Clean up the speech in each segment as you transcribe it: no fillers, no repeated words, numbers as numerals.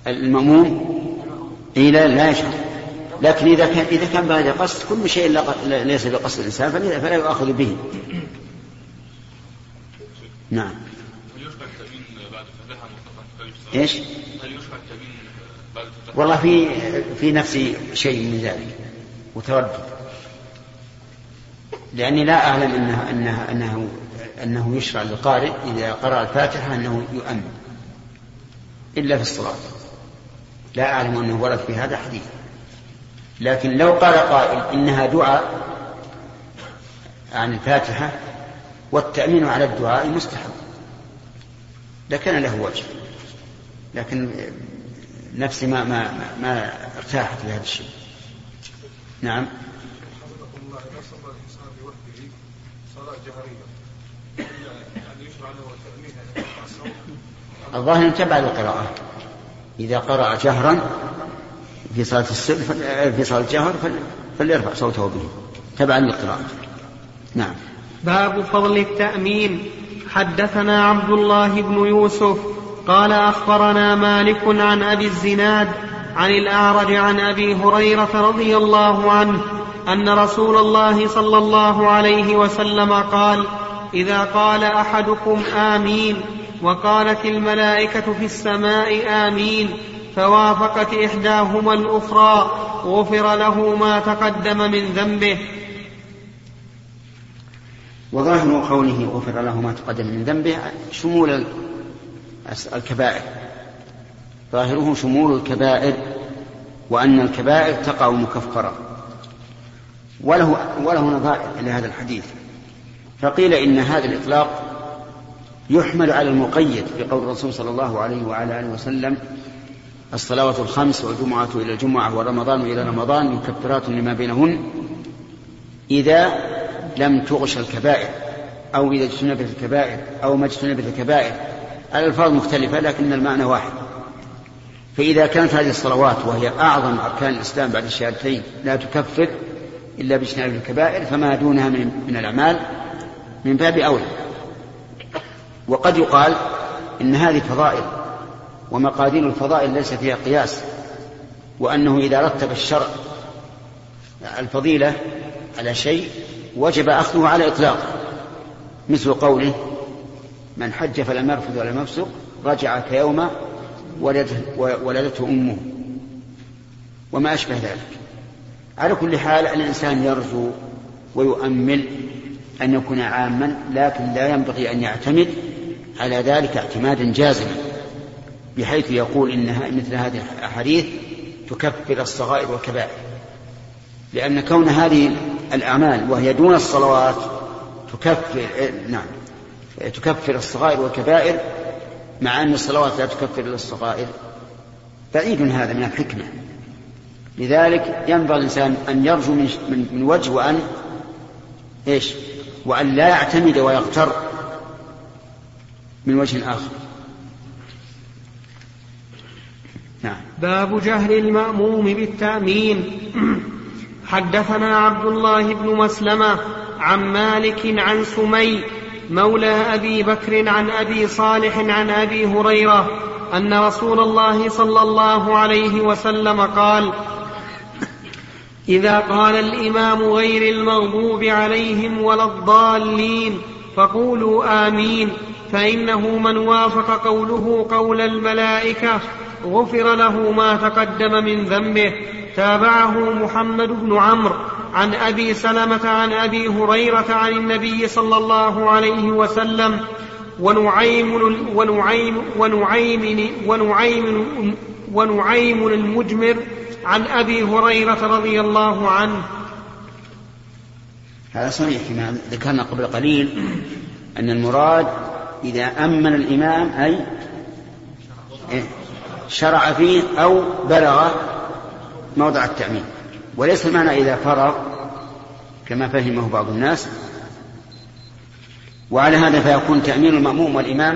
المأموم لا يشرع، لكن إذا كان بهذا قصد كل شيء ليس بقصد الإنسان فلا يؤخذ به. نعم. إيش؟ والله في نفسي شيء من ذلك وتردد، لأني لا أعلم أنه يشرع للقارئ إذا قرأ الفاتحة أنه يؤمن إلا في الصلاة، لا أعلم أنه ورد في هذا حديث. لكن لو قال قائل إنها دعاء عن الفاتحة والتأمين على الدعاء مستحب لكان له وجه، لكن نفسي ما ارتاحت لهذا الشيء. نعم. الظاهر يتبع القراءة، إذا قرأ جهرا في صلاة السر في صلاة الجهر فليرفع صوته به تبعا للقراءة. نعم. باب فضل التأمين. حدثنا عبد الله بن يوسف قال أخبرنا مالك عن أبي الزناد عن الأعرج عن أبي هريرة رضي الله عنه أن رسول الله صلى الله عليه وسلم قال: إذا قال أحدكم آمين وقالت الملائكة في السماء آمين فوافقت إحداهما الأخرى غفر له ما تقدم من ذنبه. وظاهر قوله غفر له ما تقدم من ذنبه شمول الكبائر، ظاهره شمول الكبائر، وأن الكبائر تقع مكفرة. وله نظائر إلى هذا الحديث، فقيل إن هذا الإطلاق يحمل على المقيد بقول الرسول صلى الله عليه وعلى آله وسلم: الصلوات الخمس والجمعة إلى الجمعة ورمضان إلى رمضان مكفرات لما بينهن إذا لم تغش الكبائر أو إذا اجتنبت الكبائر أو ما اجتنبت الكبائر. الألفاظ مختلفة لكن المعنى واحد. فإذا كانت هذه الصلوات وهي أعظم أركان الإسلام بعد الشهادتين لا تكفر إلا باجتناب الكبائر فما دونها من الأعمال من باب أولى. وقد يقال إن هذه فضائل ومقادير الفضائل ليس فيها قياس، وأنه إذا رتب الشرع الفضيلة على شيء وجب أخذه على إطلاق، مثل قوله: من حج فلم يرفث ولم يفسق رجع كيوم ولدته أمه، وما أشبه ذلك. على كل حال الإنسان يرجو ويؤمل أن يكون عاما، لكن لا ينبغي أن يعتمد على ذلك اعتمادا جازما بحيث يقول إنها مثل هذه الأحاديث تكفر الصغائر والكبائر، لأن كون هذه الأعمال وهي دون الصلوات تكفر الصغائر والكبائر، مع أن الصلوات لا تكفر إلا الصغائر، بعيد هذا من الحكمة. لذلك ينبغي الإنسان أن يرجو من وجه وأن لا يعتمد ويغتر من وجه آخر. نعم. باب جهل المأموم بالتأمين. حدثنا عبد الله بن مسلمة عن مالك عن سمي مولى أبي بكر عن أبي صالح عن أبي هريرة أن رسول الله صلى الله عليه وسلم قال: إذا قال الإمام غير المغضوب عليهم ولا الضالين فقولوا آمين، فإنه من وافق قوله قول الملائكة غفر له ما تقدم من ذنبه. تابعه محمد بن عمرو عن أبي سلمة عن أبي هريرة عن النبي صلى الله عليه وسلم ونعيم المجمر عن أبي هريرة رضي الله عنه. هذا صحيح كما ذكرنا قبل قليل أن المراد إذا أمن الإمام أي شرع فيه أو بلغ موضع التأمين، وليس المعنى إذا فرغ كما فهمه بعض الناس. وعلى هذا فيكون تأمين المأموم والإمام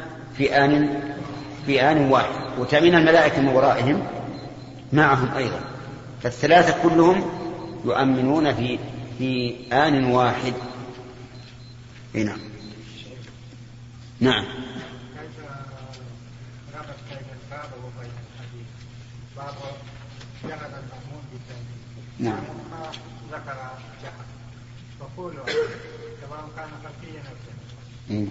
في آن واحد، وتأمين الملائكة من ورائهم معهم أيضا، فالثلاثة كلهم يؤمنون في آن واحد. نعم. نعم. الحديث باب جهل المأمون بالتأمين. نعم. ذكر جهل فقولوا سواء كان خفيا أو جهلا.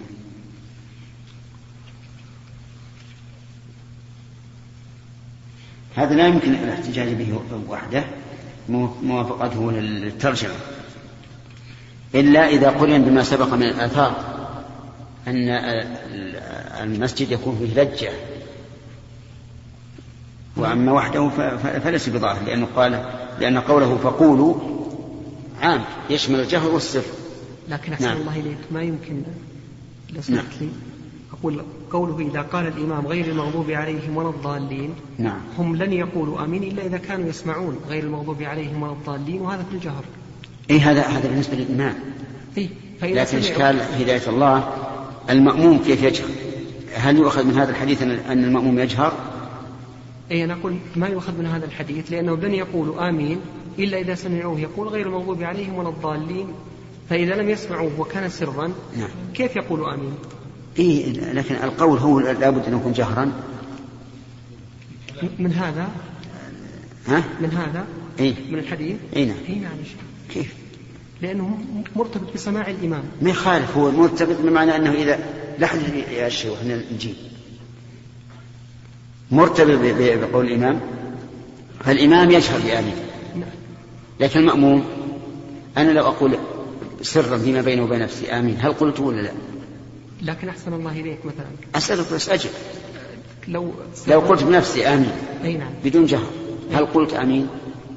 هذا لا يمكن الاحتجاج به وحده موافقته للترجمة إلا إذا قرن بما سبق من الآثار أن المسجد يكون فيه لجة، وأما وحده فليس بضعف، لأن قوله فقولوا عام يشمل الجهر والسر. لكن أحسن الله إليك ما يمكن لو سمحت لي أقول قوله إذا قال الإمام غير المغضوب عليهم ولا الضالين، نعم. هم لن يقولوا آمين إلا إذا كانوا يسمعون غير المغضوب عليهم ولا الضالين، وهذا في الجهر. هذا بالنسبة للإمام. لكن إشكال هداية الله المأموم كيف يجهر؟ هل يؤخذ من هذا الحديث أن المأموم يجهر؟ أنا أقول ما يؤخذ من هذا الحديث، لأنه لن يقولوا آمين إلا إذا سمعوه يقول غير المغضوب عليهم ولا الضالين، فإذا لم يسمعوه وكان سرا نعم. كيف يقولوا آمين؟ لكن القول هو لابد أن يكون جهرا. من هذا من هذا من الحديث. نعم. كيف؟ لأنه مرتبط بسماع الإمام. ما يخالف، هو مرتبط بمعنى أنه إذا لحظة يا شيخ وإحنا نجيب مرتبط بقول الإمام، فالإمام يجهر بآمين. لكن المأموم أنا لو أقول سرا فيما بينه وبين نفسي آمين هل قلت ولا لا؟ لكن أحسن الله إليك مثلا أسألك بس أجب، لو قلت بنفسي آمين نعم. بدون جهر هل قلت آمين؟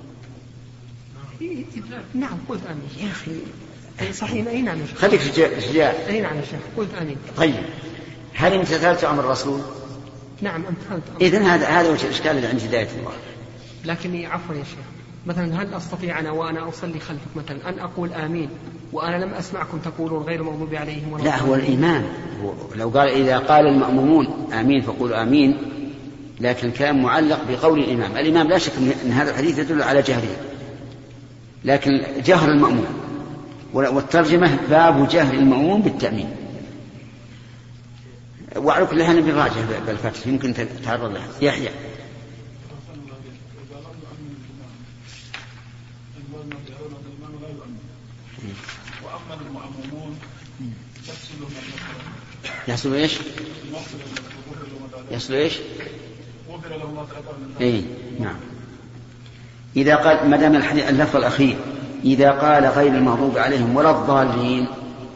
نعم قلت آمين يا أخي. صحيح. نعم خليك شجاع. نعم يا شيخ قلت آمين. طيب هل امتثلت أمر الرسول؟ نعم امتثلت. إذن هذا وجه الإشكال اللي عند هداية الله. لكني عفوا يا شيخ مثلا هل أستطيع أنا وأنا أصلي خلفك مثلا أن أقول آمين وأنا لم أسمعكم تقولون غير المغضوب عليهم ولا لا، هو الإمام لو قال إذا قال المأمومون آمين فقولوا آمين، لكن كان معلق بقول الإمام لا شك أن هذا الحديث يدل على جهره، لكن جهر المأموم والترجمة باب جهر المأموم بالتأمين. وعلى كل حال بالراجع بالفتح يمكن تتعرض لها. يحيى وأما المأمومون يحصل إيش؟ يحصل إيش؟ نعم. إذا قال مدام الحديث اللفظ الأخير إذا قال غير المغضوب عليهم ولا الضالين،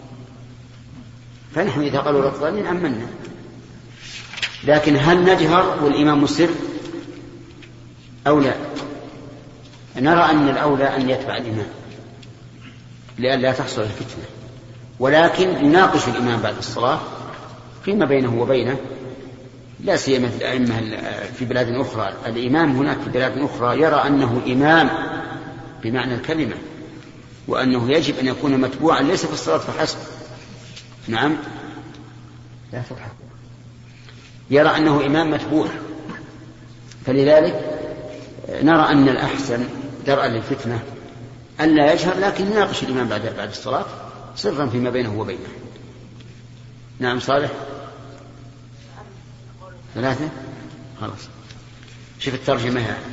فنحن إذا قالوا ولا الضالين أمنا. لكن هل نجهر والإمام مسر أو لا؟ نرى أن الأولى أن يتبع الإمام لئلا تحصل الفتنة، ولكن يناقش الإمام بعد الصلاة فيما بينه وبينه، لا سيما في الأئمة في بلاد أخرى. الإمام هناك في بلاد أخرى يرى أنه إمام بمعنى الكلمة، وأنه يجب أن يكون متبوعا ليس في الصلاة فحسب. نعم لا تضحك. يرى أنه إمام متبوع، فلذلك نرى أن الأحسن درءا للفتنة أن لا يجهر، لكن يناقش الإمام بعد الصلاة سرا فيما بينه وبينه. نعم صالح 3 خلاص. شوف الترجمة هذه.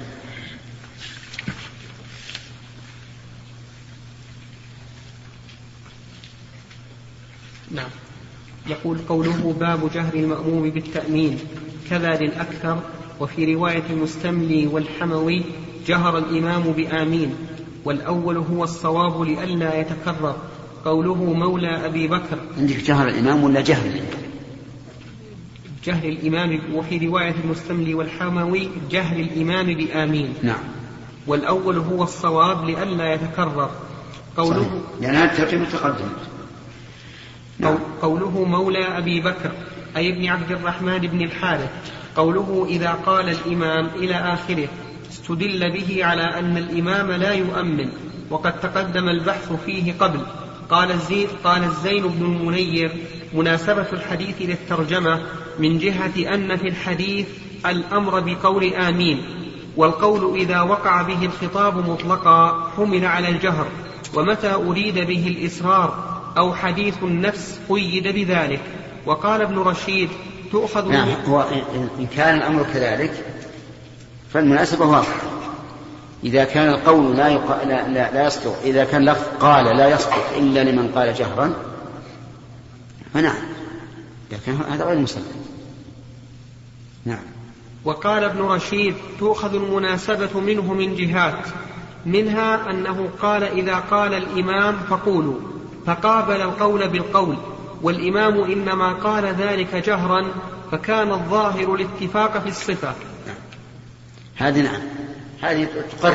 نعم. يقول قوله باب جهر المأموم بالتأمين كذا للأكثر، وفي رواية المستملي والحموي جهر الإمام بآمين، والأول هو الصواب لئلا يتكرر. قوله مولى أبي بكر. عندك جهر الإمام ولا جهر الإمام؟ جهر الإمام. وفي رواية المستملي والحموي جهر الإمام بآمين. نعم. والأول هو الصواب لئلا يتكرر. قوله لأن هذه الترجمة تقدمت. نعم. قوله مولى أبي بكر أي ابن عبد الرحمن بن الحارث. قوله إذا قال الإمام إلى آخره استدل به على أن الإمام لا يؤمن، وقد تقدم البحث فيه قبل. قال الزين بن المنير مناسبة الحديث للترجمة من جهة أن في الحديث الأمر بقول آمين، والقول إذا وقع به الخطاب مطلقا حمل على الجهر، ومتى أريد به الإسرار أو حديث النفس قيد بذلك. وقال ابن رشيد تؤخذ نعم. إن كان الأمر كذلك فالمناسبة واضحة. إذا كان القول لا يصدق، إذا كان لفظ قال لا يصدق إلا لمن قال جهرا فنعم، لكن هذا غير مسلم. نعم. وقال ابن رشيد: تؤخذ المناسبة منه من جهات، منها أنه قال: إذا قال الإمام فقولوا، فقابل القول بالقول، والإمام إنما قال ذلك جهرا، فكان الظاهر الاتفاق في الصفة. هذه نعم، هذه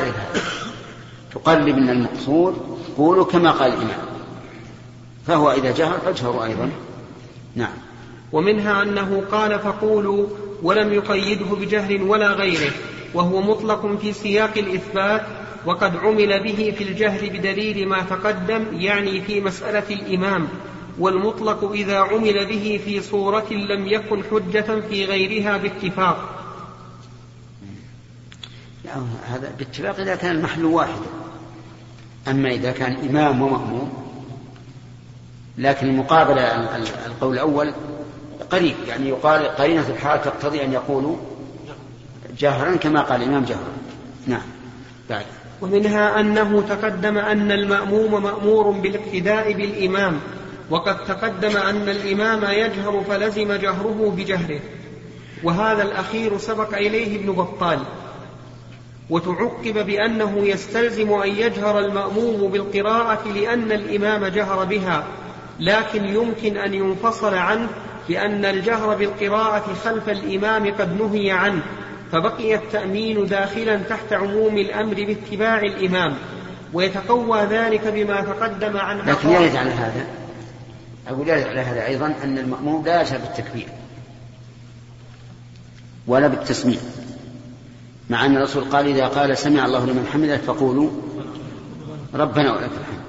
تقرب من المقصود قولوا كما قال الإمام، فهو إذا جهر فاجهروا أيضا. نعم. ومنها أنه قال فقولوا ولم يقيده بجهر ولا غيره، وهو مطلق في سياق الإثبات، وقد عمل به في الجهر بدليل ما تقدم، يعني في مسألة الإمام، والمطلق إذا عمل به في صورة لم يكن حجة في غيرها باتفاق. هذا باتفاق إذا كان المحل واحد، أما إذا كان إمام ومأموم، لكن المقابلة القول الأول قريب، يعني يقال قرينة الحال تقتضي أن يقولوا جهرا كما قال الإمام جهرا. نعم. بعد. ومنها أنه تقدم أن المأموم مأمور بالاقتداء بالإمام، وقد تقدم أن الإمام يجهر فلزم جهره بجهره، وهذا الأخير سبق إليه ابن بطال. وتعقب بأنه يستلزم أن يجهر المأموم بالقراءة لأن الإمام جهر بها، لكن يمكن أن ينفصل عنه بأن الجهر بالقراءة خلف الإمام قد نهي عنه، فبقي التأمين داخلا تحت عموم الأمر باتباع الإمام، ويتقوى ذلك بما تقدم عن عطاء. لكن يرد على هذا، أقول يرد على هذا أيضا أن المأموم لا يجهر بالتكبير ولا بالتسميع، مع أن الرسول قال: إذا قال سمع الله لمن حمده فقولوا ربنا ولك الحمد.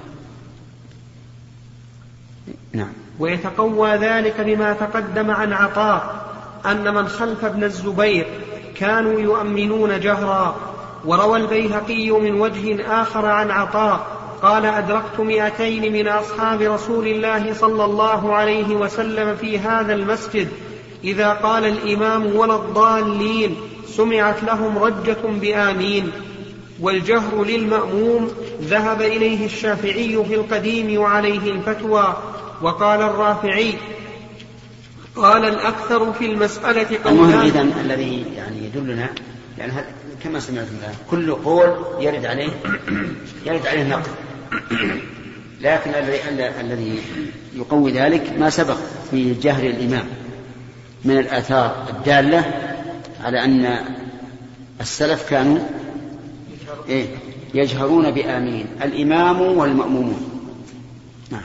نعم. ويتقوى ذلك بما تقدم عن عطاء أن من خلف ابن الزبير كانوا يؤمنون جهرا. وروى البيهقي من وجه آخر عن عطاء قال: أدركت 200 من أصحاب رسول الله صلى الله عليه وسلم في هذا المسجد، إذا قال الإمام ولا الضالين سمعت لهم رجة بآمين. والجهر للمأموم ذهب إليه الشافعي في القديم وعليه الفتوى. وقال الرافعي: قال الأكثر في المسألة قولان. المهم إذن الذي يعني يدلنا، يعني كما سمعتم الآن كل قول يرد عليه النقل، لكن الذي يقوي ذلك ما سبق في جهر الإمام من الآثار الدالة على أن السلف كانوا يجهرون بآمين، الإمام والمأمومون. نعم.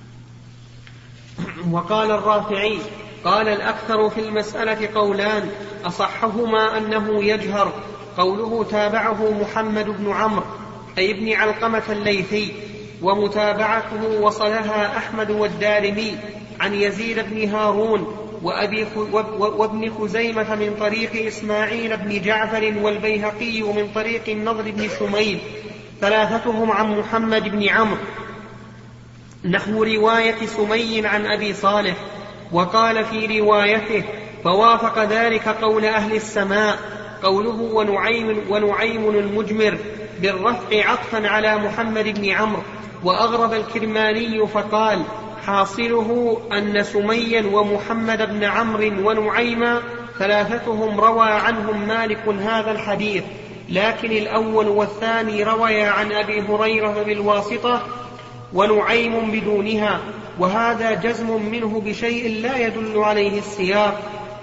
وقال الرافعي: قال الأكثر في المسألة قولان، أصحهما أنه يجهر. قوله تابعه محمد بن عمرو أي ابن علقمة الليثي، ومتابعته وصلها أحمد والدارمي عن يزيد بن هارون وابن خزيمة من طريق إسماعيل بن جعفر، والبيهقي من طريق النضر بن شميل، ثلاثتهم عن محمد بن عمرو، نحو رواية سمي عن أبي صالح. وقال في روايته: فوافق ذلك قول أهل السماء، قوله ونعيم المجمر بالرفع عطفا على محمد بن عمرو. وأغرب الكرماني فقال: حاصله أن سميا ومحمد بن عمرو ونعيما ثلاثتهم روى عنهم مالك هذا الحديث، لكن الأول والثاني رويا عن أبي هريرة بالواسطة ونعيم بدونها، وهذا جزم منه بشيء لا يدل عليه السياق.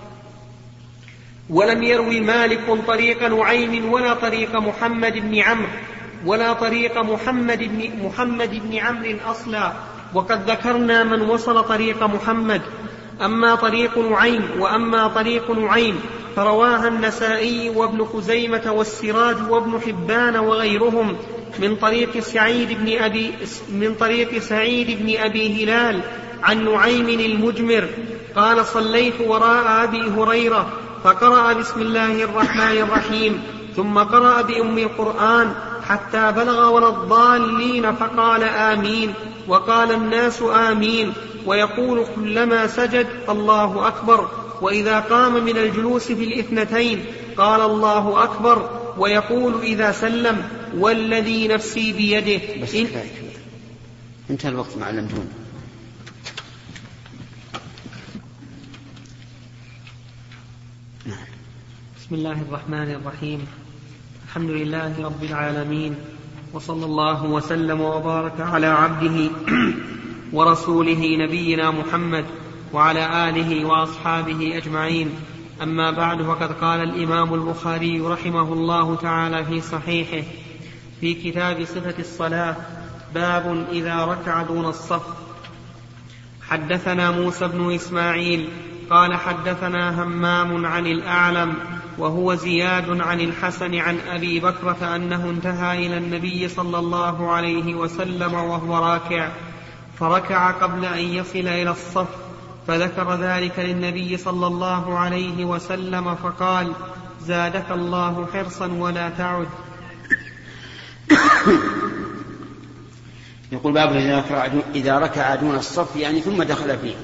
ولم يروي مالك طريق نعيم ولا طريق محمد بن عمرو ولا طريق محمد بن عمرو أصلا، وقد ذكرنا من وصل طريق محمد. أما طريق نعيم وأما طريق نعيم فرواها النسائي وابن خزيمة والسراج وابن حبان وغيرهم من طريق سعيد بن أبي هلال عن نعيم المجمر قال: صليت وراء أبي هريرة فقرأ بسم الله الرحمن الرحيم، ثم قرأ بأم القرآن حتى بلغ ولا الضالين فقال آمين، وقال الناس آمين، ويقول كلما سجد الله أكبر. وإذا قام من الجلوس في الاثنتين قال الله أكبر ويقول إذا سلم والذي نفسي بيده. بس انتهى الوقت ما علمتون. بسم الله الرحمن الرحيم. الحمد لله رب العالمين، وصلى الله وسلم وبارك على عبده ورسوله نبينا محمد وعلى آله وأصحابه أجمعين. أما بعد، فقد قال الإمام البخاري رحمه الله تعالى في صحيحه في كتاب صفة الصلاة: باب إذا ركع دون الصف. حدثنا موسى بن إسماعيل قال حدثنا همام عن الأعلم وهو زياد عن الحسن عن أبي بكرة أنه انتهى إلى النبي صلى الله عليه وسلم وهو راكع، فركع قبل أن يصل إلى الصف، فذكر ذلك للنبي صلى الله عليه وسلم فقال: زادك الله حرصا ولا تعد. يقول باب إذا ركع دون الصف، يعني ثم دخل فيه،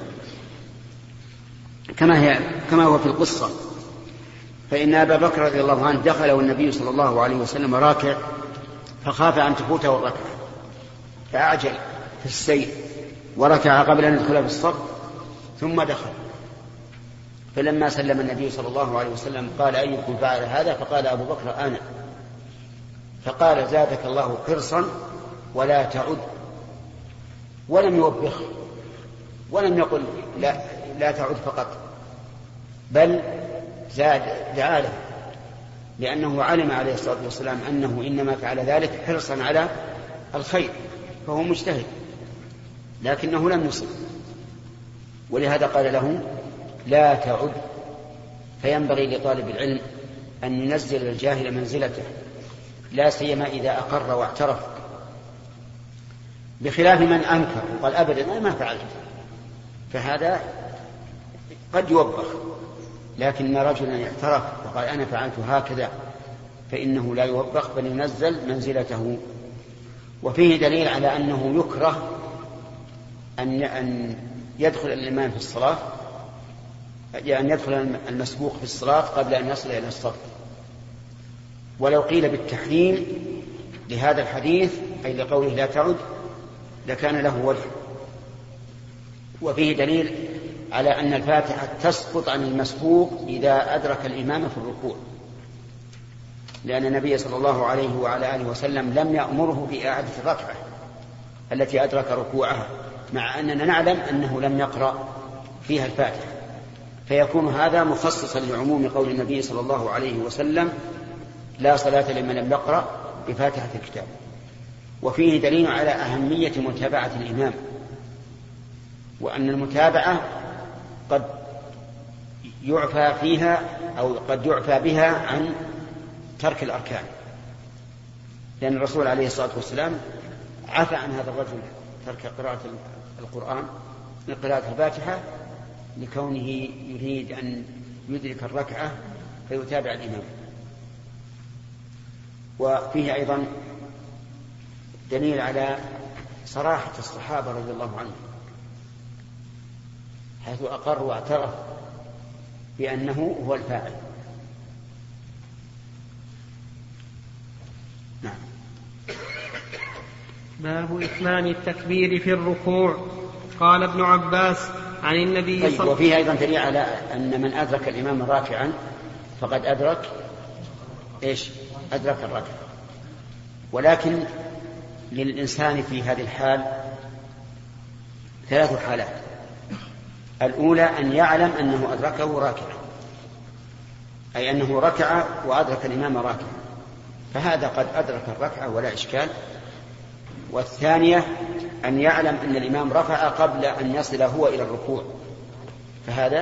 كما هو في القصة. فإن أبا بكر رضي الله عنه دخل والنبي صلى الله عليه وسلم راكع، فخاف أن تفوته الركعة فأعجل في السير وركع قبل أن يدخل في الصف ثم دخل. فلما سلم النبي صلى الله عليه وسلم قال: أيكم فعل هذا؟ فقال أبو بكر: أنا. فقال: زادك الله حرصا ولا تعد. ولم يوبخ ولم يقل لا تعد فقط، بل زاد دعاله، لأنه علم عليه الصلاة والسلام أنه إنما فعل ذلك حرصا على الخير، فهو مجتهد لكنه لم يصب، ولهذا قال له: لا تعد. فينبغي لطالب العلم أن ينزل الجاهل منزلته، لا سيما إذا أقر واعترف، بخلاف من أنكر وقال: أبدا أنا ما فعلت. فهذا قد يوبخ، لكن رجلا اعترف وقال: أنا فعلت هكذا، فإنه لا يوبخ بل ينزل منزلته. وفيه دليل على أنه يكره أن يدخل الإمام في الصلاة، أن يدخل المسبوق في الصلاة قبل أن يصل إلى الصف. ولو قيل بالتحريم لهذا الحديث، أي لقوله لا تعد، لكان له وجه. وفيه دليل على أن الفاتحة تسقط عن المسبوق إذا أدرك الإمام في الركوع، لأن النبي صلى الله عليه وعلى آله وسلم لم يأمره بإعادة الركعة التي أدرك ركوعها، مع أننا نعلم أنه لم يقرأ فيها الفاتحة، فيكون هذا مخصصا لعموم قول النبي صلى الله عليه وسلم: لا صلاة لمن لم يقرأ بفاتحة الكتاب. وفيه دليل على أهمية متابعة الإمام، وأن المتابعة قد يعفى فيها أو قد يعفى بها عن ترك الأركان، لأن الرسول عليه الصلاة والسلام عفى عن هذا الرجل ترك قراءة القرآن من قراءة الفاتحة لكونه يريد أن يدرك الركعة فيتابع الإمام. وفيه أيضا دليل على صراحة الصحابة رضي الله عنهم، حيث أقر واعترف بأنه هو الفاعل. نعم. باب إتمام التكبير في الركوع. قال ابن عباس عن النبي صلى الله عليه وسلم. وفيه أيضا دليل على أن من أدرك الإمام راكعا فقد أدرك أدرك الركعة. ولكن للإنسان في هذه الحال 3 حالات: الأولى أن يعلم أنه أدركه راكعا، أي أنه ركع وأدرك الإمام راكعا، فهذا قد أدرك الركعة ولا إشكال. والثانية أن يعلم أن الإمام رفع قبل أن يصل هو إلى الركوع، فهذا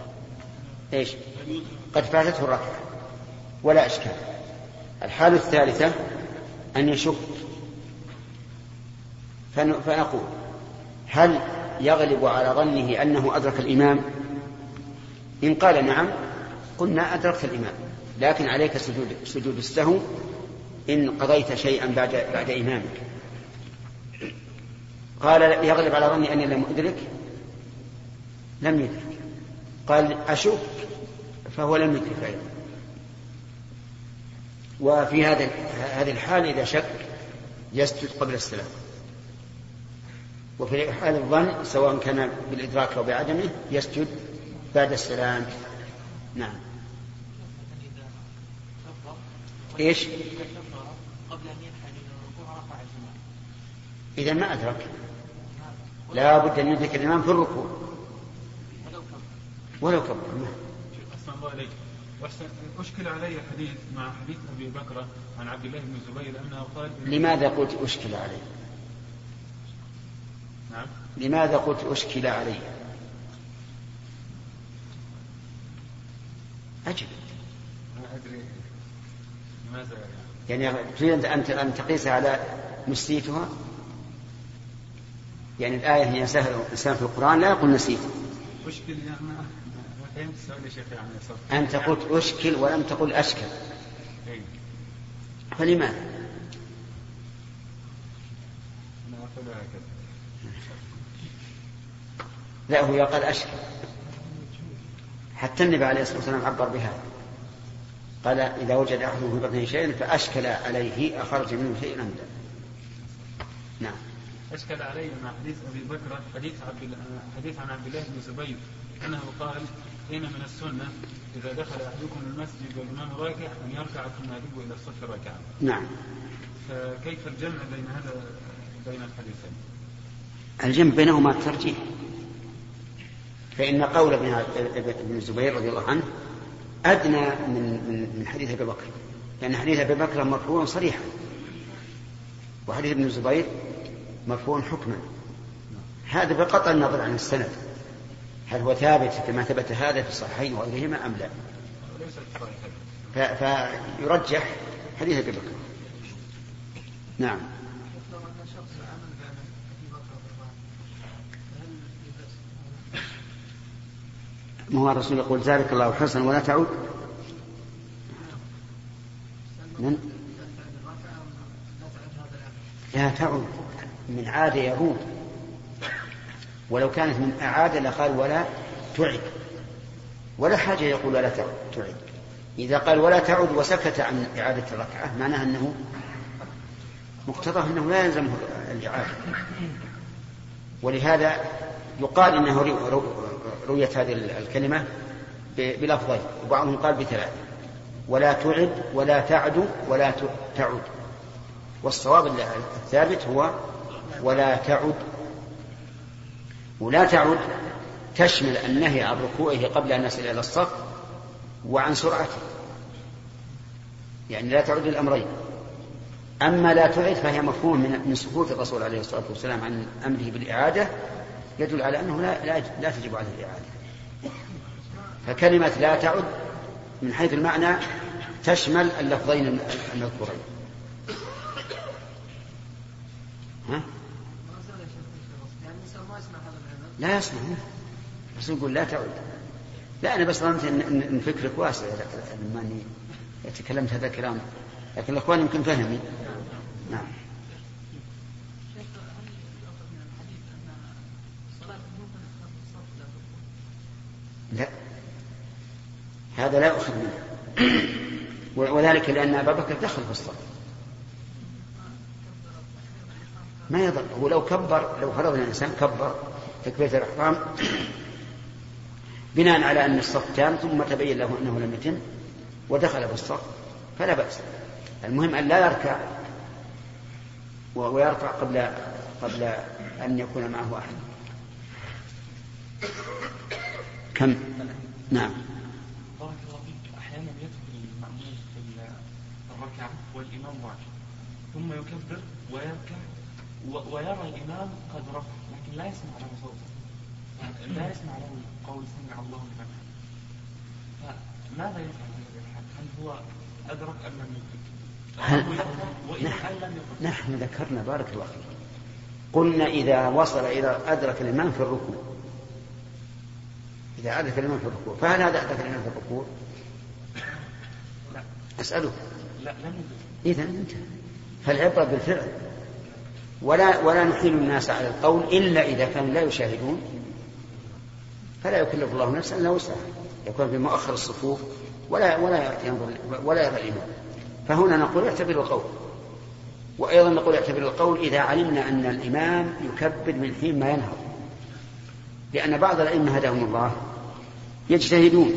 قد فاتته الركعة ولا إشكال. الحالة الثالثة أن يشك، فنقول: هل يغلب على ظنه أنه أدرك الإمام؟ إن قال نعم قلنا أدركت الإمام، لكن عليك سجود السهو إن قضيت شيئا بعد إمامك. قال: يغلب على ظني أني لم أدرك، لم يدرك. قال: أشك، فهو لم يدرك أيضا. وفي هذه الحال إذا شك يسجد قبل السلام. وفي حال الظن سواء كان بالإدراك أو بعدمه يسجد بعد السلام. نعم. إيش؟ قبل أن ينحني الركوع رفع الجماعة. إذا ما أدرك لا بد أن يدرك الإمام في الركوع ولو كبر. أحسن الله عليك. أشكل علي حديث مع حديث أبي بكر عن عبد الله بن الزبير أنه قال. لماذا قلت أشكل علي؟ نعم. لماذا قلت أشكل علي؟ أجل. ما أدري لماذا يعني تريد أن تقيس على نسيتها؟ يعني الآية هي سهلة في القرآن لا يقول نسيت. أشكل يعني ما فهمت السؤال يا شيخ يعني صف. أنت قلت أشكل ولم تقل أشكل. إيه. فلماذا؟ أنا أقول هكذا. لا هو يقال أشكل. حتى النبي عليه الصلاة والسلام عبر بهذا قال إذا وجد أحده في بطنه شيء فأشكل عليه أخرج منه شيء أمدا. نعم. أشكل علي مع حديث أبي بكر حديث عن عبد الله بن الزبير أنه قال إن من السنة إذا دخل أحدكم المسجد والإمام راكع أن يركع ثم يذهب إلى الصف راكعا. نعم. فكيف الجمع بين الحديثين؟ الجمع بينهما الترجيح. فإن قول ابن الزبير رضي الله عنه أدنى من حديث أبي بكر، لأن حديث أبي بكر مرفوع صريحا وحديث ابن الزبير مرفوع حكما. هذا بقطع النظر عن السند هل هو ثابت كما ثبت هذا في الصحيحين وغيرهما أم لا. فيرجح حديث أبي بكر. نعم. ما هو الرسول يقول زارك الله حسنا ولا تعود؟ لا تعود من عاد يعود، ولو كانت من أعاد لقال ولا تعد، ولا حاجة يقول ولا تعد. إذا قال ولا تعود وسكت عن إعادة الركعة معناها أنه مقتضاه أنه لا يلزمه الإعادة. ولهذا يقال إنه رويت هذه الكلمة بلفظين وبعضهم قال بثلاث: ولا تعد ولا تعد ولا تعد. والصواب الثابت هو ولا تعد. ولا تعد تشمل النهي عن ركوعه قبل أن يصل إلى الصف وعن سرعته، يعني لا تعد الأمرين. أما لا تعد فهي مفهوم من سكوت الرسول عليه الصلاة والسلام عن أمره بالإعادة يدل على أنه لا تجب عليه الإعادة. فكلمة لا تعد من حيث المعنى تشمل اللفظين المذكورين. ها؟ لا يسمع، بس يقول لا تعد. لا أنا بس ظننت إن فكرك واسع لما أني تكلمت هذا الكلام، لكن الأخوان يمكن فهمي. نعم. لا هذا لا يؤخذ منه، وذلك لأن أبا بكر دخل في الصف ما يضر. ولو كبر، لو فرضنا الإنسان كبر تكبيرة الإحرام بناء على أن الصف تام ثم تبين له أنه لم يتم ودخل في الصف فلا بأس. المهم أن لا يركع ويرفع قبل أن يكون معه أحد. كم؟ نعم. بارك الله فيك. أحيانا يدخل المأموم في الركعة والإمام واقف ثم يكبر ويركع ويرى الإمام قد رفع لكن لا يسمع له صوته، لا يسمع له قول سمع الله لمن حمده. فماذا يفعل هذا الحال؟ هل هو أدرك أم لم يدرك؟ نحن ذكرنا بارك الله فيك قلنا إذا وصل إلى أدرك الإمام في الركوع، إذا أدرك الإمام في الركوع، فهل هذا أدرك الإمام في الركوع؟ لا. أسأله. لا لم يدرك. إذا انتهى. فالعبرة بالفعل، ولا نحيل الناس على القول إلا إذا كانوا لا يشاهدون، فلا يكلف الله نفسا إلا وسعها، يكون في مؤخر الصفوف ولا يرى الإمام. فهنا نقول اعتبر القول. وأيضا نقول اعتبر القول إذا علمنا أن الإمام يكبر من حين ما ينهض، لأن بعض الأئمة هداهم الله يجتهدون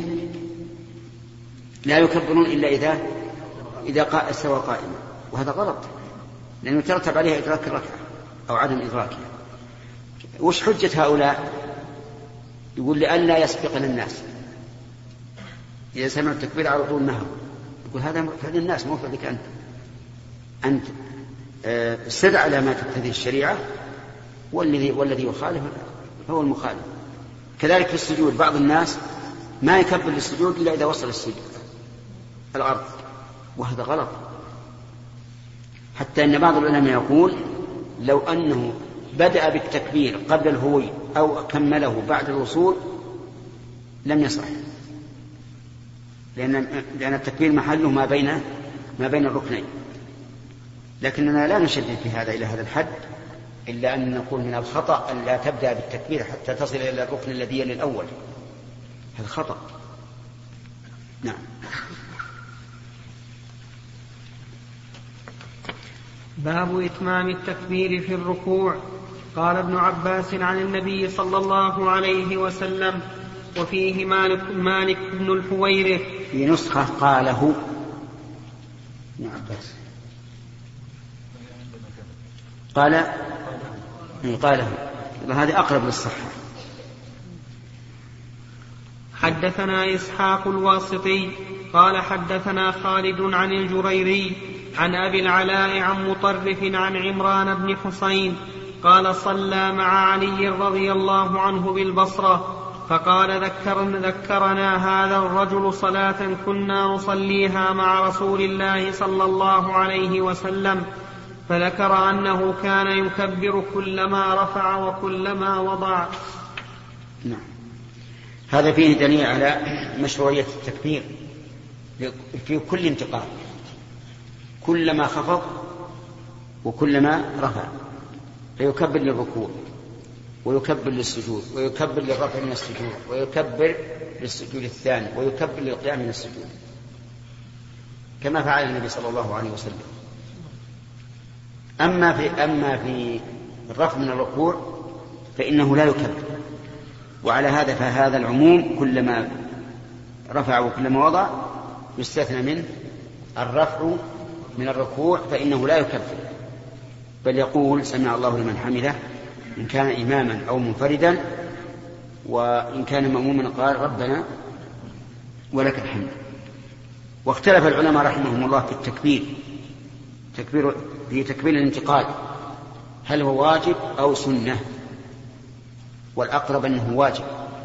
لا يكبرون إلا إذا استوى قائما، وهذا غلط، لأنه يترتب عليه إدراك الركعة أو عدم إدراكها. وش حجة هؤلاء؟ يقول لئلا يسبقنا الناس، إذا سمعوا التكبير على طول نهض. يقول هذا فعل الناس، مو فعلك أنت استدع على ما تقتضيه الشريعة، والذي يخالف هو المخالف. كذلك في السجود، بعض الناس ما يكبر للسجود إلا إذا وصل الأرض، وهذا غلط. حتى أن بعض العلماء يقول لو أنه بدأ بالتكبير قبل الهوي أو كمله بعد الوصول لم يصح، لأن التكبير محله ما بين الركنين. لكننا لا نشدد في هذا إلى هذا الحد، إلا أن نقول من الخطأ أن لا تبدأ بالتكبير حتى تصل إلى الركن الذي يلي الأول، هذا خطأ. نعم. باب إتمام التكبير في الركوع. قال ابن عباس عن النبي صلى الله عليه وسلم، وفيه مالك بن الحويرث. في نسخة قاله ابن عباس، قاله هذه أقرب للصحة. حدثنا إسحاق الواسطي قال حدثنا خالد عن الجريري عن أبي العلاء عن مطرف عن عمران بن حسين قال صلى مع علي رضي الله عنه بالبصرة، فقال ذكرنا هذا الرجل صلاة كنا نصليها مع رسول الله صلى الله عليه وسلم، فذكر أنه كان يكبر كلما رفع وكلما وضع. نعم. هذا فيه دليل على مشروعية التكبير في كل انتقال، كلما خفض وكلما رفع، فيكبر للركوع ويكبر للسجود ويكبر للرفع من السجود ويكبر للسجود الثاني ويكبر للقيام من السجود، كما فعل النبي صلى الله عليه وسلم. أما في الرفع من الركوع فإنه لا يكبر، وعلى هذا فهذا العموم كلما رفع وكلما وضع يستثنى منه الرفع من الركوع، فإنه لا يكبر، بل يقول سمع الله لمن حمده إن كان إماما أو منفردا، وإن كان مأموما قال ربنا ولك الحمد. واختلف العلماء رحمهم الله في تكبير الانتقال، هل هو واجب أو سنة؟ والأقرب أنه واجب.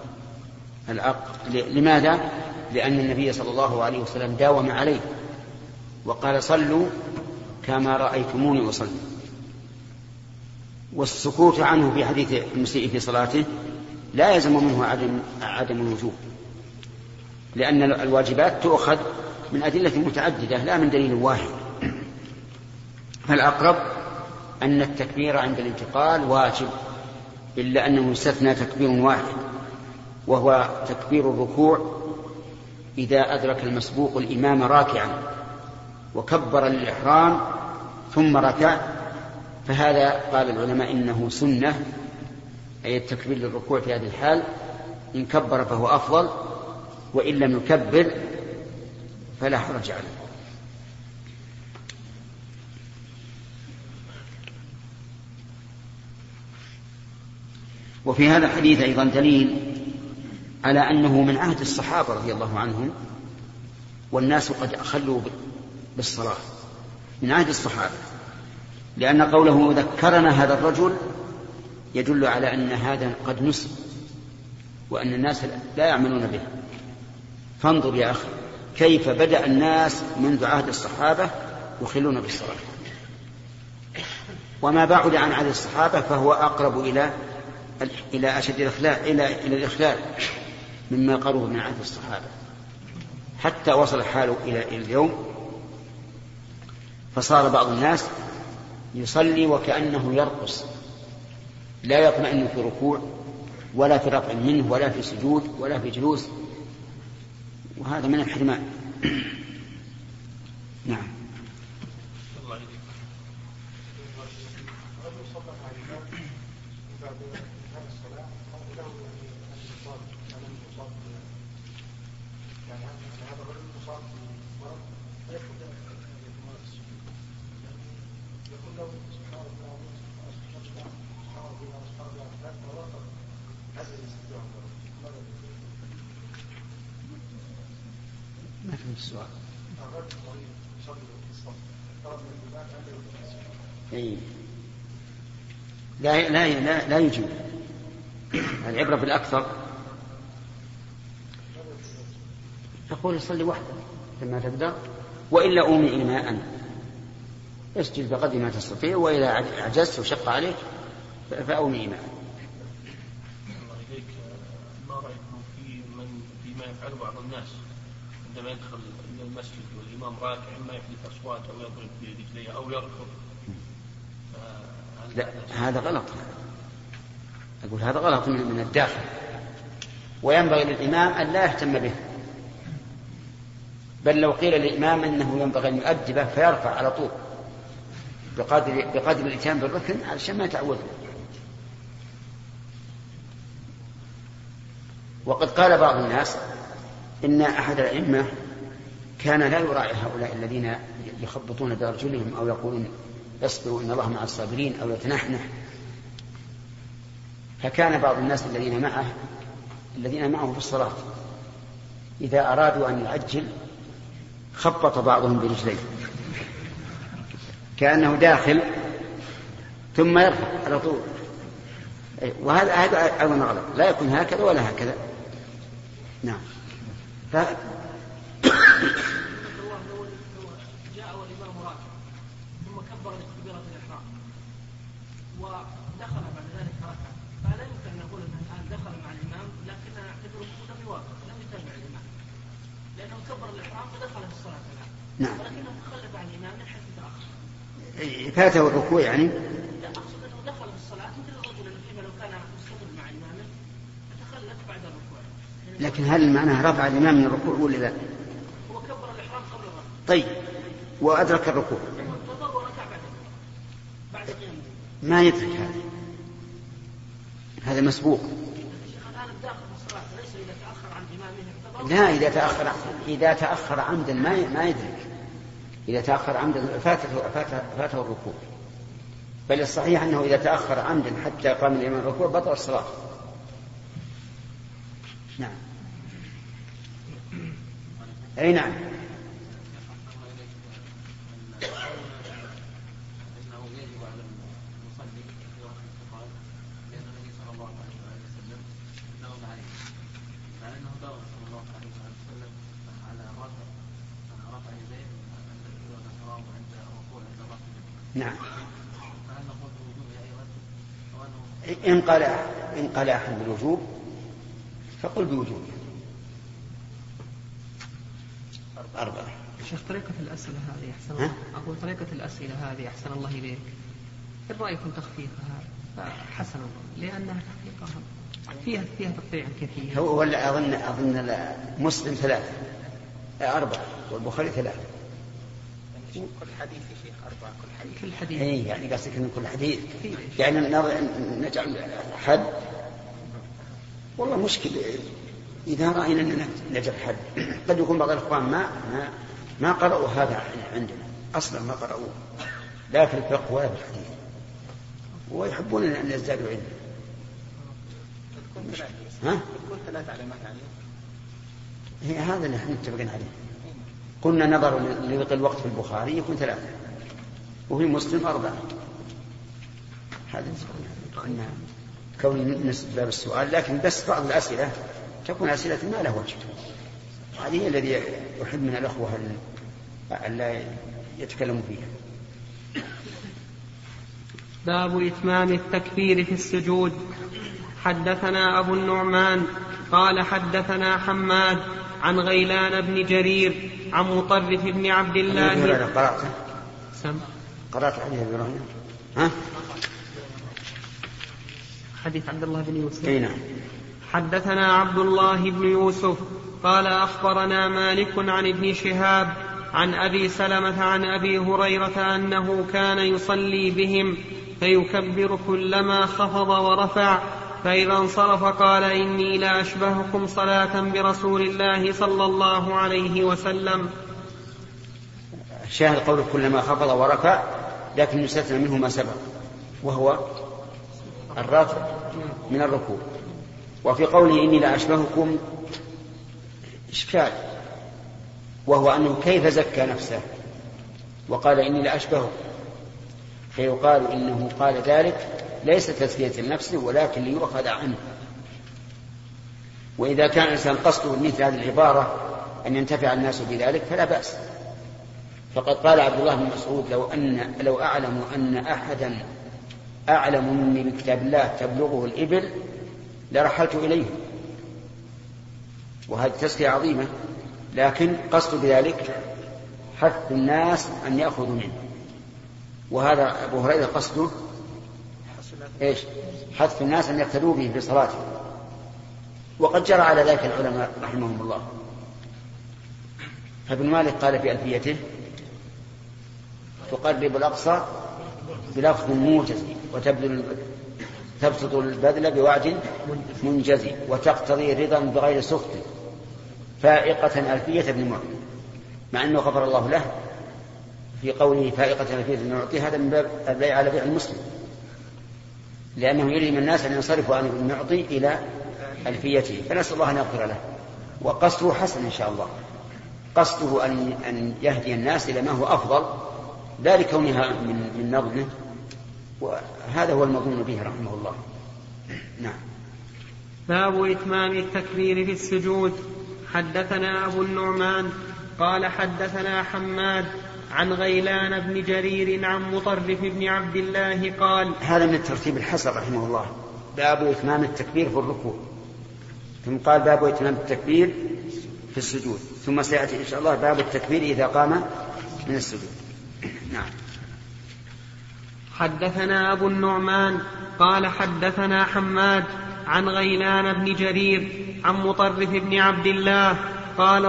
لماذا؟ لأن النبي صلى الله عليه وسلم داوم عليه وقال صلوا كما رأيتموني أصلي، والسكوت عنه في حديث المسيء في صلاته لا يلزم منه عدم الوجوب، لأن الواجبات تؤخذ من أدلة متعددة لا من دليل واحد. فالأقرب أن التكبير عند الانتقال واجب، إلا أنه يستثنى تكبير واحد، وهو تكبير الركوع إذا أدرك المسبوق الإمام راكعا وكبر للإحرام ثم ركع، فهذا قال العلماء إنه سنة، أي التكبير للركوع في هذه الحال، إن كبر فهو أفضل، وإن لم يكبر فلا حرج عليه. وفي هذا الحديث أيضا دليل على أنه من عهد الصحابة رضي الله عنهم، والناس قد أخلوا بالصلاة من عهد الصحابة، لأن قوله ذكرنا هذا الرجل يدل على أن هذا قد نسي وأن الناس لا يعملون به. فانظر يا أخي كيف بدأ الناس منذ عهد الصحابة يخلون بالصلاة، وما بعد عن عهد الصحابة فهو أقرب إلى أشد الإخلال إلى الإخلال مما قرب من عهد الصحابة، حتى وصل حاله إلى اليوم، فصار بعض الناس يصلي وكأنه يرقص، لا يطمئن في ركوع ولا في رفع منه ولا في سجود ولا في جلوس، وهذا من الحرمان. نعم. السؤال؟ إيه. لا يجيب. العبرة بالأكثر. تقول صلي وحده لما تقدر، وإلا أومي إيماء، اسجد بقدر ما تستطيع، وإذا عجزت وشق عليك فأومي إيماء. الله إليك، ما رأيكم فيما يفعله بعض الناس عندما يدخل إلى المسجد والإمام راكع، إما يحدث أصوات أو يضرب برجليه أو يركض؟ لا، هذا غلط. أقول هذا غلط من الداخل، وينبغي للإمام أن لا يهتم به، بل لو قيل للإمام أنه ينبغي أن يؤدبه فيرفع على طول بقدر الإتيان بالركن علشان ما يتعود. وقد قال بعض الناس إن أحد الأئمة كان لا يراعي هؤلاء الذين يخبطون برجلهم أو يقولون اصبروا إن الله مع الصابرين أو يتنحنح، فكان بعض الناس الذين معه في الصلاة إذا أرادوا أن يعجل خبط بعضهم برجليه كأنه داخل ثم يرفع على طول، وهذا أيضا غلط، لا يكون هكذا ولا هكذا. نعم. جاء والإمام راكع ثم كبر لتكبيرة الإحرام ودخل بعد ذلك ركع، فلا يمكن أن نقول أنه الآن دخل مع الإمام، لكننا نعتبره لم يواقف، لم يتابع الإمام، لأنه كبر الإحرام فدخل في الصلاة الآن. نعم. ولكنه تخلف عن الإمام من حيث تأخر. فاته الركوع يعني؟ لا، أقصد أنه دخل في الصلاة مثل الرجل الذي لو كان مستقبل مع إمامه فتخلف بعد الركوع. لكن هل معناه رفع الإمام من الركوع ولا لا؟ هو كبر الإحرام قبل الركوع. طيب، وأدرك الركوع. انتظر وركع بعد قيامه. ما يدرك هذا مسبوق. الآن الداخل في الصلاة ليس إذا تأخر عن إمامه. لا، إذا تأخر عمدا ما يدرك. إذا تأخر عمدا فاته الركوع. بل الصحيح أنه إذا تأخر عمدا حتى قام الإمام الركوع بطل الصلاة. نعم. أي نعم. نعم. إن قال أحد بالوجوب فقل بوجوب. 4. شيخ، طريقة الأسئلة هذه أحسن. أقول طريقة الأسئلة هذه أحسن الله إليك، إن رأيكم تخفيفها فحسن، لأنها تحقيقها فيها تقطيع كثير. هو ولا أظن مسلم 3 4 والبخاري 3. كل حديث يا شيخ 4 كل حديث. إيه، يعني قصدك من كل حديث يعني نجعل حد. والله مشكل إذا رأينا أننا نجعل حد. قد يكون بعض الإخوان ما قرأوا هذا عندنا أصلا، ما قرأوه لا في الفقه ولا في الحديث، ويحبون أن يزدادوا علما. تكون 3 على ما تعلم. هي هذا اللي احنا متفقين عليه. قلنا نظر لضيق الوقت في البخاري يكون 3 وفي مسلم 4. هذا قلنا كوني نسب باب السؤال، لكن بس بعض الأسئلة تكون أسئلة ما له وجه. هذه هي الذي يحب من الأخوة أن لا يتكلموا فيها. باب إتمام التكبير في السجود. حدثنا أبو النعمان قال حدثنا حماد عن غيلان بن جرير عن مطرف بن عبد الله. قرأت حديث إبراهيم. حديث عبد الله بن يوسف. نعم. حدثنا عبد الله بن يوسف قال أخبرنا مالك عن ابن شهاب عن أبي سلمة عن أبي هريرة أنه كان يصلي بهم فيكبر كلما خفض ورفع، فإذا انصرف قال إني لا أشبهكم صلاة برسول الله صلى الله عليه وسلم. الشاهد قول كلما خفض ورفع، لكن يستثنى منه ما سبق وهو الرفع من الركوع. وفي قوله إني لا أشبهكم إشكال، وهو أنه كيف زكى نفسه وقال إني لأشبهه، فيقال إنه قال ذلك ليس تزكية لنفسه ولكن ليؤخذ عنه. وإذا كان الإنسان قصده مثل هذه العبارة أن ينتفع الناس بذلك فلا بأس. فقد قال عبد الله بن مسعود لو أعلم أن أحدا أعلم مني بكتاب الله تبلغه الإبل لرحلت إليه. وهذه تزكية عظيمة، لكن قصد بذلك حث الناس أن يأخذوا منه. وهذا أبو هريرة قصده إيش؟ حث الناس أن يقتدوا به في صلاته. وقد جرى على ذلك العلماء رحمهم الله. فابن مالك قال في ألفيته تقرب الأقصى بلفظ موجز تبسط البذل بوعد منجز وتقتضي رضا بغير سخط فائقة ألفية ابن معطي، مع أنه غفر الله له في قوله فائقة ألفية ابن معطي. هذا من باب البيع على بيع المسلم، لأنه يلزم الناس أن ينصرفوا عن ابن معطي إلى ألفيته، فنسأل الله أن يغفر له. وقصده حسن إن شاء الله، قصده أن يهدي الناس إلى ما هو أفضل، لا لكونها من نظمه، وهذا هو المظنون به رحمه الله. نعم. باب إتمام التكبير في السجود. حدثنا أبو النعمان قال حدثنا حماد عن غيلان بن جرير عن مطرف بن عبد الله قال. هذا من الترتيب الحسن رحمه الله. باب إتمام التكبير في الركوع، ثم قال باب إتمام التكبير في السجود، ثم سيأتي إن شاء الله باب التكبير إذا قام من السجود. نعم. حدثنا أبو النعمان قال حدثنا حماد عن غيلان بن جرير عن مطرف بن عبد الله قال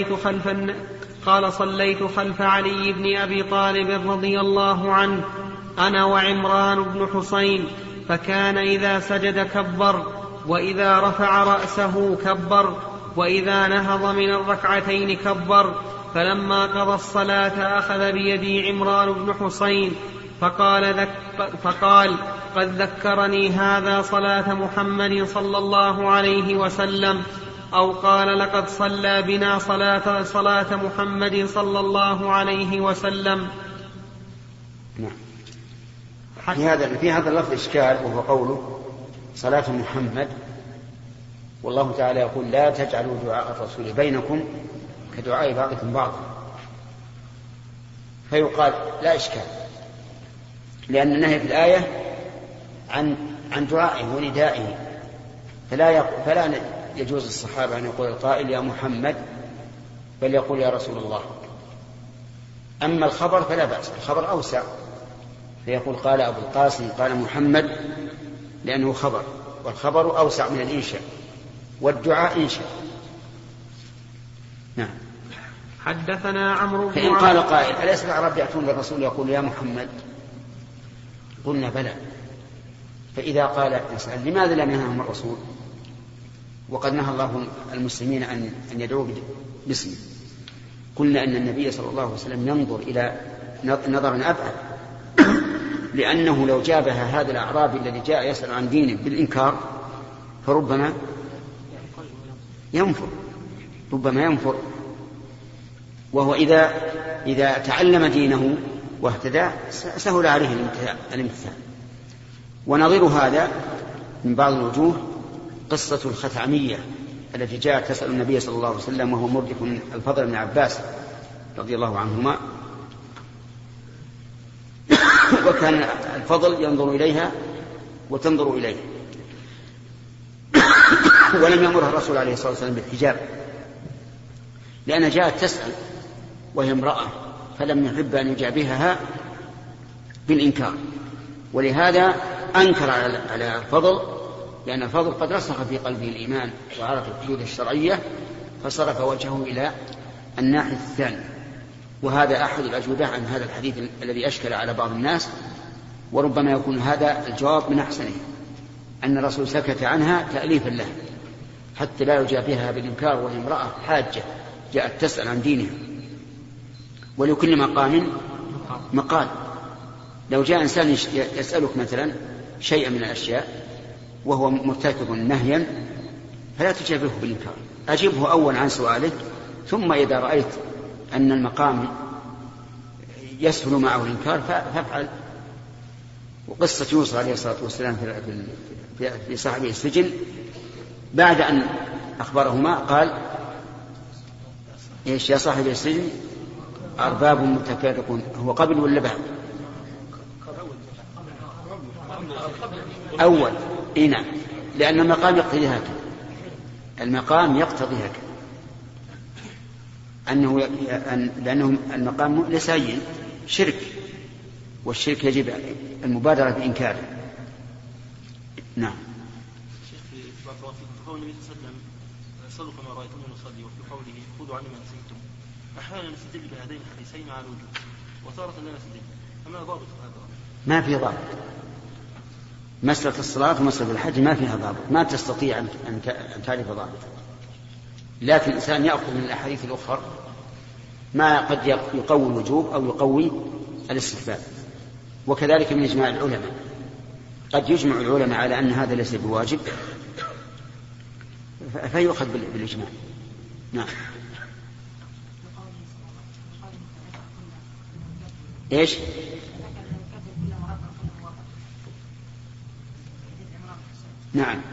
صليت خلف علي بن أبي طالب رضي الله عنه أنا وعمران بن حسين، فكان إذا سجد كبر، وإذا رفع رأسه كبر، وإذا نهض من الركعتين كبر. فلما قضى الصلاة أخذ بيدي عمران بن حسين فقال قد ذكرني هذا صلاة محمد صلى الله عليه وسلم، أو قال لقد صلى بنا صلاة محمد صلى الله عليه وسلم. نعم. في هذا اللفظ إشكال، وهو قوله صلاة محمد، والله تعالى يقول لا تجعلوا دعاء الرسول بينكم كدعاء بعضكم بعضا، فيقال لا إشكال، لأن النهي في الآية عن دعائه وندائه، فلا يجوز الصحابة أن يقول القائل يا محمد، بل يقول يا رسول الله. أما الخبر فلا بأس، الخبر أوسع، فيقول قال أبو القاسم قال محمد لأنه خبر، والخبر أوسع من الإنشاء، والدعاء إنشاء. نعم. حدثنا عمرو بن فإن قال قائل أليس الأعراب يأتون للرسول يقول يا محمد؟ قلنا بلى. فإذا قال إنسان لماذا لم ينههم الرسول وقد نهى الله المسلمين أن يدعوا باسمه؟ قلنا أن النبي صلى الله عليه وسلم ينظر إلى نظرا أبعد، لأنه لو جابه هذا الأعرابي الذي جاء يسأل عن دينه بالإنكار فربما ينفر، وهو إذا تعلم دينه واهتدى سهل عليه الامتثال. ونظير هذا من بعض الوجوه قصة الخثعمية التي جاءت تسأل النبي صلى الله عليه وسلم وهو مردف الفضل بن عباس رضي الله عنهما، وكان الفضل ينظر إليها وتنظر إليه، ولم يأمرها الرسول عليه الصلاة والسلام بالحجاب، لأن جاءت تسأل وهي امرأة، فلم يحب أن يجابهها بالإنكار، ولهذا أنكر على الفضل، لأن الفضل قد رسخ في قلبه الإيمان وعرف الحدود الشرعية، فصرف وجهه إلى الناحية الثانية. وهذا أحد الأجوبة عن هذا الحديث الذي أشكل على بعض الناس، وربما يكون هذا الجواب من أحسنه، أن الرسول سكت عنها تأليفا له حتى لا يجابهها بالإنكار، وهي امرأة حاجة جاءت تسأل عن دينها، ولكل مقام مقال. لو جاء إنسان يسألك مثلا شيئا من الأشياء وهو مرتكب نهيا فلا تجابه بالإنكار، أجبه أولا عن سؤالك، ثم إذا رأيت أن المقام يسهل معه الإنكار فافعل. وقصة يوسف عليه الصلاة والسلام في صاحبه السجن بعد أن أخبرهما قال إيش يا صاحب السجن أرباب متفرقون. هو قبل ولا بعد؟ أول. نعم، لأن المقام يقتضي هكذا. المقام يقتضي هكذا لأنه المقام ليس هين شرك، والشرك يجب المبادرة بإنكاره. نعم. شيخ في قول النبي صلى الله عليه وسلم صلوا كما رأيتموني نصلي، وفي قوله خذوا عني ما نسيتم، أحيانا نستدل بهذين الحديثين على الوجوب وتارة لا نستدل، فما ضابط هذا؟ ما في ضابط. مسألة الصلاة ومسألة الحج ما فيها ضابط، ما تستطيع أن تعرف ضابط. لكن الإنسان يأخذ من الأحاديث الأخرى ما قد يقوي الوجوب أو يقوي الاستحباب. وكذلك من إجماع العلماء، قد يجمع العلماء على أن هذا ليس بواجب فيؤخذ بالإجماع. نعم. إيش؟ نعم.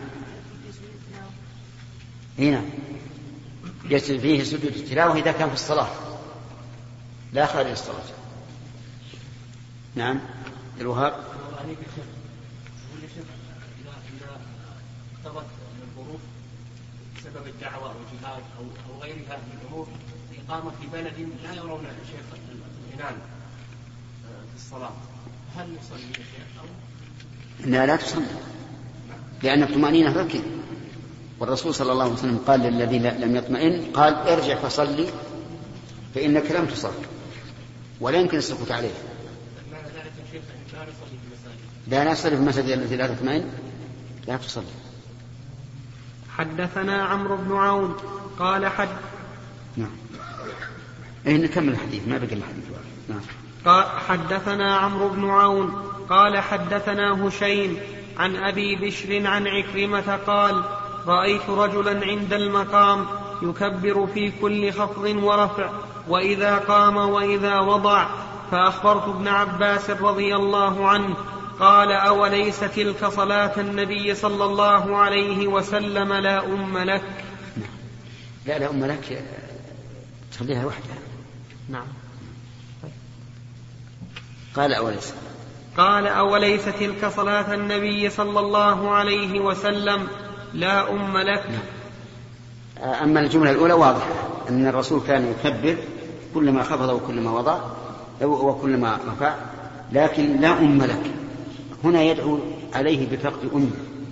هنا يسجد فيه سجود التلاوة إذا كان في الصلاة لا خارج الصلاة. نعم. الوهاب. إذا اقتضت الظروف بسبب الدعوة أو الجهاد أو غيرها من الأمور الإقامة في بلد لا يرون شيخ الإمام في الصلاة، هل نصلي يا شيخ أو لا تصلي؟ لأن الطمأنينة ركن، والرسول صلى الله عليه وسلم قال للذي لم يطمئن قال ارجع فصلي فإنك لم تصل، ولا يمكن السكوت عليه. لا نصلي في المساجد التي لا تطمئن لا تصلي. حدثنا عمرو بن عون قال نعم. نكمل الحديث ما بقي الحديث. نعم. حدثنا عمرو بن عون قال حدثنا هشيم عن أبي بشر عن عكرمة قال رأيت رجلا عند المقام يكبر في كل خفض ورفع وإذا قام وإذا وضع، فأخبرت ابن عباس رضي الله عنه قال أوليس تلك صلاة النبي صلى الله عليه وسلم لا أم لك؟ لا أم لك تصليها وحدها. نعم. قال أوليس تلك صلاة النبي صلى الله عليه وسلم لا أم لك؟ أما الجملة الأولى واضحة أن الرسول كان يكبر كلما خفض وكلما وضع وكلما رفع، لكن لا أم لك هنا يدعو عليه بفقد أمه،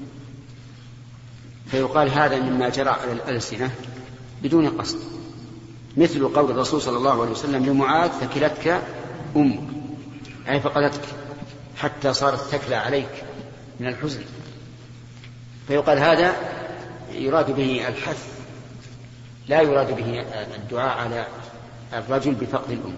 فيقال هذا مما جرى على الألسنة بدون قصد، مثل قول الرسول صلى الله عليه وسلم لمعاذ ثكلتك أمك، أي فقدتك حتى صارت ثكلى عليك من الحزن، فيقال هذا يراد به الحث لا يراد به الدعاء على الرجل بفقد الأم.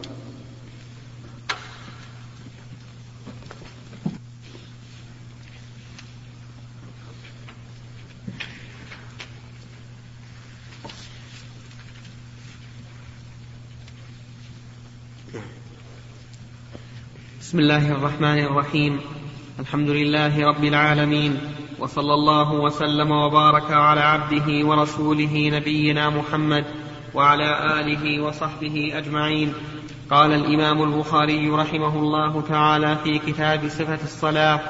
بسم الله الرحمن الرحيم. الحمد لله رب العالمين، وصلى الله وسلم وبارك على عبده ورسوله نبينا محمد وعلى آله وصحبه أجمعين. قال الإمام البخاري رحمه الله تعالى في كتاب صفة الصلاة: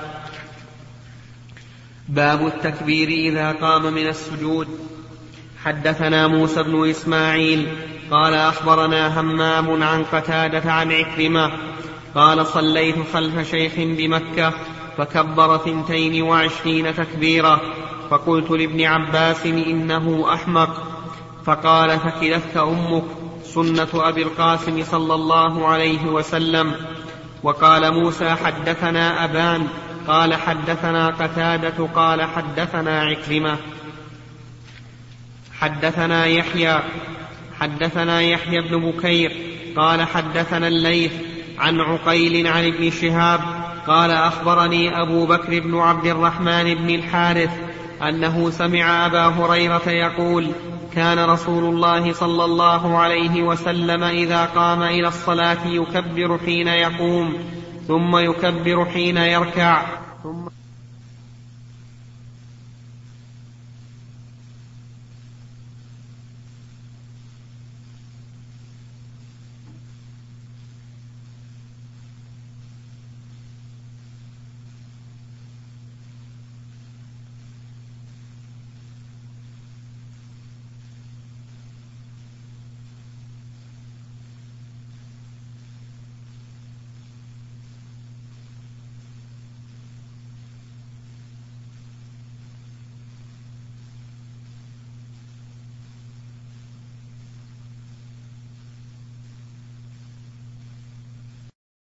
باب التكبير إذا قام من السجود. حدثنا موسى بن إسماعيل قال أخبرنا همام عن قتادة عن عكرمة قال صليت خلف شيخ بمكة فكبر 22 تكبيرة، فقلت لابن عباس إنه أحمق، فقال ثكلتك أمك، سنة أبي القاسم صلى الله عليه وسلم. وقال موسى حدثنا أبان قال حدثنا قتادة قال حدثنا عكرمة. حدثنا يحيى بن بكير قال حدثنا الليث عن عقيل عن ابن شهاب قال أخبرني أبو بكر بن عبد الرحمن بن الحارث أنه سمع أبا هريرة يقول: كان رسول الله صلى الله عليه وسلم إذا قام إلى الصلاة يكبر حين يقوم ثم يكبر حين يركع ثم